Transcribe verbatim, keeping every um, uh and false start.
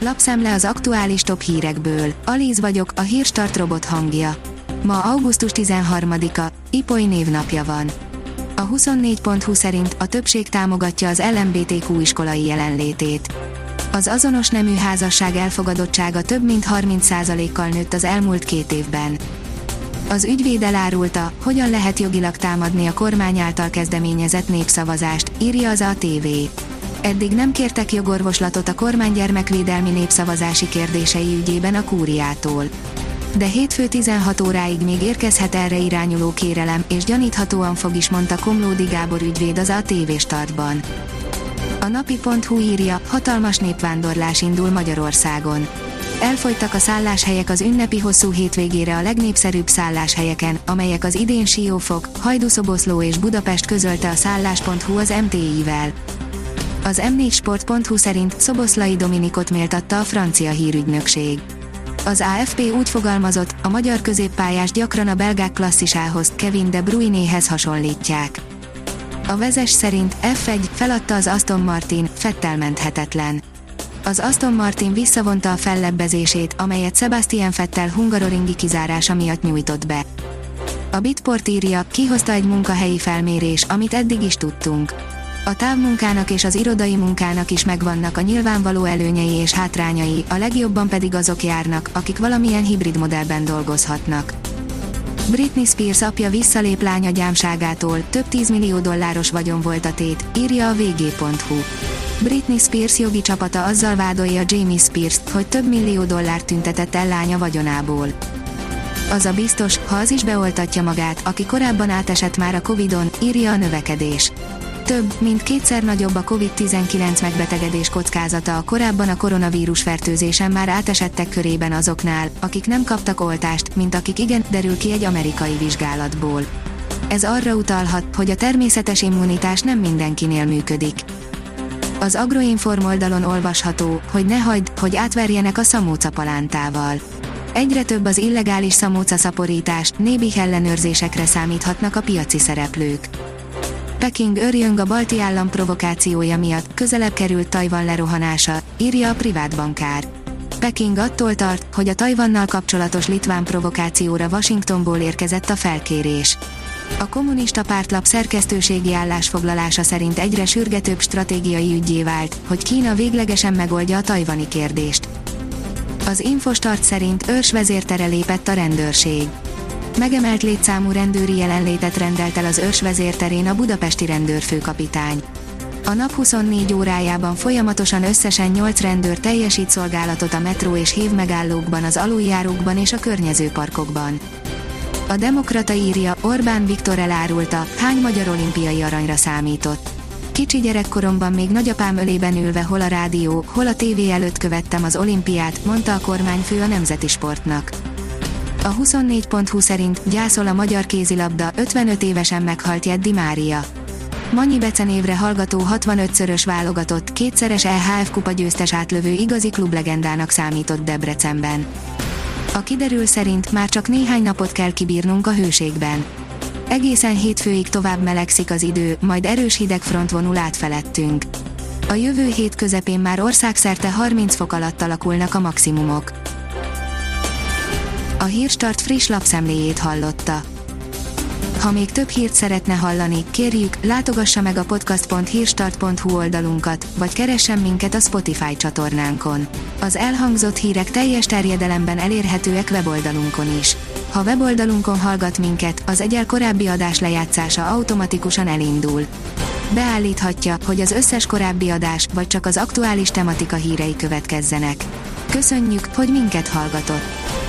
Lapszemle az aktuális top hírekből. Alíz vagyok, a Hírstart robot hangja. Ma augusztus tizenharmadika, Ipoly névnapja van. A huszonnégy pont hu szerint a többség támogatja az el em bé té kú iskolai jelenlétét. Az azonos nemű házasság elfogadottsága több mint harminc százalékkal nőtt az elmúlt két évben. Az ügyvéd elárulta, hogyan lehet jogilag támadni a kormány által kezdeményezett népszavazást, írja az á té vé. Eddig nem kértek jogorvoslatot a kormány gyermekvédelmi népszavazási kérdései ügyében a kúriától. De hétfő tizenhat óráig még érkezhet erre irányuló kérelem, és gyaníthatóan fog is, mondta Komlódi Gábor ügyvéd az á té vé Startban. A napi pont hu írja, hatalmas népvándorlás indul Magyarországon. Elfogytak a szálláshelyek az ünnepi hosszú hétvégére a legnépszerűbb szálláshelyeken, amelyek az idén Siófok, Hajdúszoboszló és Budapest, közölte a szállás pont hu az em té i-vel. Az em négy sport pont hu szerint Szoboszlai Dominikot méltatta a francia hírügynökség. Az á ef pé úgy fogalmazott, a magyar középpályás gyakran a belgák klasszisához, Kevin De Bruynéhez hasonlítják. A Vezes szerint ef egy feladta az Aston Martin, Vettel menthetetlen. Az Aston Martin visszavonta a fellebbezését, amelyet Sebastian Vettel hungaroringi kizárása miatt nyújtott be. A Bitport írja, kihozta egy munkahelyi felmérés, amit eddig is tudtunk. A távmunkának és az irodai munkának is megvannak a nyilvánvaló előnyei és hátrányai, a legjobban pedig azok járnak, akik valamilyen hibrid modellben dolgozhatnak. Britney Spears apja visszalép lánya gyámságától, több tízmillió dolláros vagyon volt a tét, írja a vé gé pont hu. Britney Spears jogi csapata azzal vádolja Jamie Spears-t, hogy több millió dollárt tüntetett el lánya vagyonából. Az a biztos, ha az is beoltatja magát, aki korábban átesett már a Covidon, írja a Növekedés. Több, mint kétszer nagyobb a kovid tizenkilenc megbetegedés kockázata a korábban a koronavírus fertőzésen már átesettek körében azoknál, akik nem kaptak oltást, mint akik igen, derül ki egy amerikai vizsgálatból. Ez arra utalhat, hogy a természetes immunitás nem mindenkinél működik. Az Agroinform oldalon olvasható, hogy ne hagyd, hogy átverjenek a szamóca palántával. Egyre több az illegális szamóca szaporítás, nébi ellenőrzésekre számíthatnak a piaci szereplők. Peking örjöng a balti állam provokációja miatt, közelebb került Tajvan lerohanása, írja a privát bankár. Peking attól tart, hogy a Tajvannal kapcsolatos litván provokációra Washingtonból érkezett a felkérés. A kommunista pártlap szerkesztőségi állásfoglalása szerint egyre sürgetőbb stratégiai üggyé vált, hogy Kína véglegesen megoldja a tajvani kérdést. Az Infostart szerint őrsvezértere lépett a rendőrség. Megemelt létszámú rendőri jelenlétet rendelt el az őrsvezérterén a budapesti rendőrfőkapitány. A nap huszonnégy órájában folyamatosan összesen nyolc rendőr teljesít szolgálatot a metró és hév megállókban, az aluljárókban és a környező parkokban. A Demokrata írja, Orbán Viktor elárulta, hány magyar olimpiai aranyra számított. Kicsi gyerekkoromban még nagyapám ölében ülve hol a rádió, hol a tévé előtt követtem az olimpiát, mondta a kormányfő a Nemzeti Sportnak. A huszonnégy pont hu szerint gyászol a magyar kézilabda, ötvenöt évesen meghalt Jeddi Mária. Manyi becenévre hallgató hatvanötszörös válogatott, kétszeres é há ef kupa győztes átlövő igazi klublegendának számított Debrecenben. A Kiderül szerint már csak néhány napot kell kibírnunk a hőségben. Egészen hétfőig tovább melegszik az idő, majd erős hidegfront vonul át felettünk. A jövő hét közepén már országszerte harminc fok alatt alakulnak a maximumok. A Hírstart friss lapszemléjét hallotta. Ha még több hírt szeretne hallani, kérjük, látogassa meg a podcast pont hírstart pont hu oldalunkat, vagy keressen minket a Spotify csatornánkon. Az elhangzott hírek teljes terjedelemben elérhetőek weboldalunkon is. Ha weboldalunkon hallgat minket, az egyel korábbi adás lejátszása automatikusan elindul. Beállíthatja, hogy az összes korábbi adás, vagy csak az aktuális tematika hírei következzenek. Köszönjük, hogy minket hallgatott!